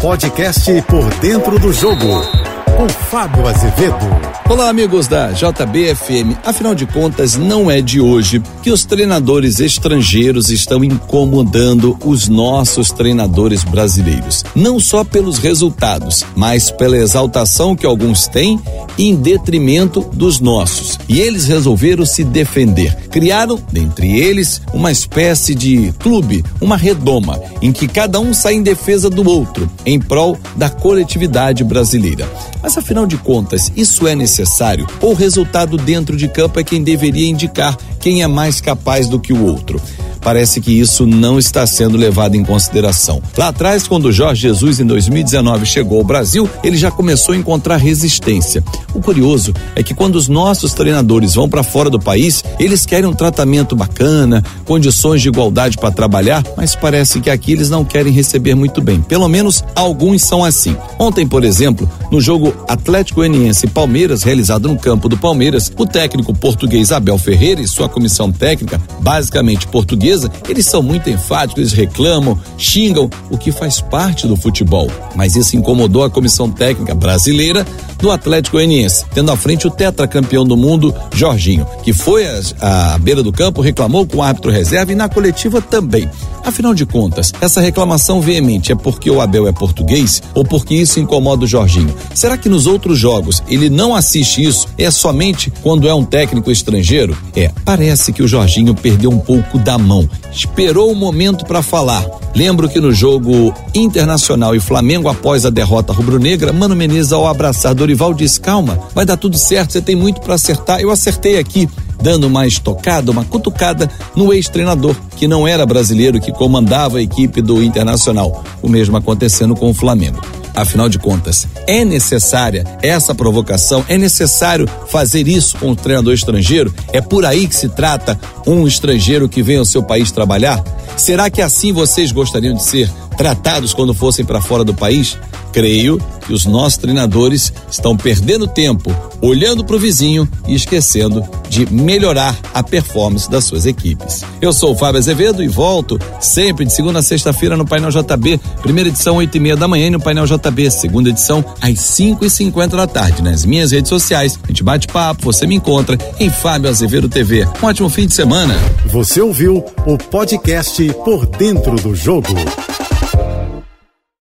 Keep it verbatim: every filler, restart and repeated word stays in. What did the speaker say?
podcast Por Dentro do Jogo, com Fábio Azevedo. Olá, amigos da J B F M. Afinal de contas, não é de hoje que os treinadores estrangeiros estão incomodando os nossos treinadores brasileiros. Não só pelos resultados, mas pela exaltação que alguns têm em detrimento dos nossos. E eles resolveram se defender. Criaram, dentre eles, uma espécie de clube, uma redoma, em que cada um sai em defesa do outro, em prol da coletividade brasileira. Mas, afinal de contas, isso é necessário? Ou o resultado dentro de campo é quem deveria indicar quem é mais capaz do que o outro? Parece que isso não está sendo levado em consideração. Lá atrás, quando o Jorge Jesus, em dois mil e dezenove, chegou ao Brasil, ele já começou a encontrar resistência. O curioso é que quando os nossos treinadores vão para fora do país, eles querem um tratamento bacana, condições de igualdade para trabalhar, mas parece que aqui eles não querem receber muito bem. Pelo menos alguns são assim. Ontem, por exemplo, no jogo Atlético Goianiense e Palmeiras, realizado no campo do Palmeiras, o técnico português Abel Ferreira e sua comissão técnica, basicamente portuguesa, eles são muito enfáticos, eles reclamam, xingam, o que faz parte do futebol. Mas isso incomodou a comissão técnica brasileira do Atlético Goianiense, tendo à frente o tetracampeão do mundo, Jorginho, que foi à beira do campo, reclamou com o árbitro reserva e na coletiva também. Afinal de contas, essa reclamação veemente é porque o Abel é português ou porque isso incomoda o Jorginho? Será que nos outros jogos ele não assiste isso? É somente quando é um técnico estrangeiro? É, parece que o Jorginho perdeu um pouco da mão. Esperou o momento para falar. Lembro que no jogo Internacional e Flamengo, após a derrota rubro-negra, Mano Menezes, ao abraçar Dorival, disse: calma, vai dar tudo certo, você tem muito para acertar. Eu acertei aqui, dando uma estocada, uma cutucada no ex-treinador, que não era brasileiro, que comandava a equipe do Internacional. O mesmo acontecendo com o Flamengo. Afinal de contas, é necessária essa provocação? É necessário fazer isso com o treinador estrangeiro? É por aí que se trata um estrangeiro que vem ao seu país trabalhar? Será que assim vocês gostariam de ser tratados quando fossem para fora do país? Creio que os nossos treinadores estão perdendo tempo olhando para o vizinho e esquecendo de melhorar a performance das suas equipes. Eu sou o Fábio Azevedo e volto sempre de segunda a sexta-feira no Painel J B, primeira edição oito e meia da manhã, e no Painel J B, segunda edição às cinco e cinquenta da tarde. Nas minhas redes sociais, a gente bate papo, você me encontra em Fábio Azevedo T V. Um ótimo fim de semana. Você ouviu o podcast Por Dentro do Jogo.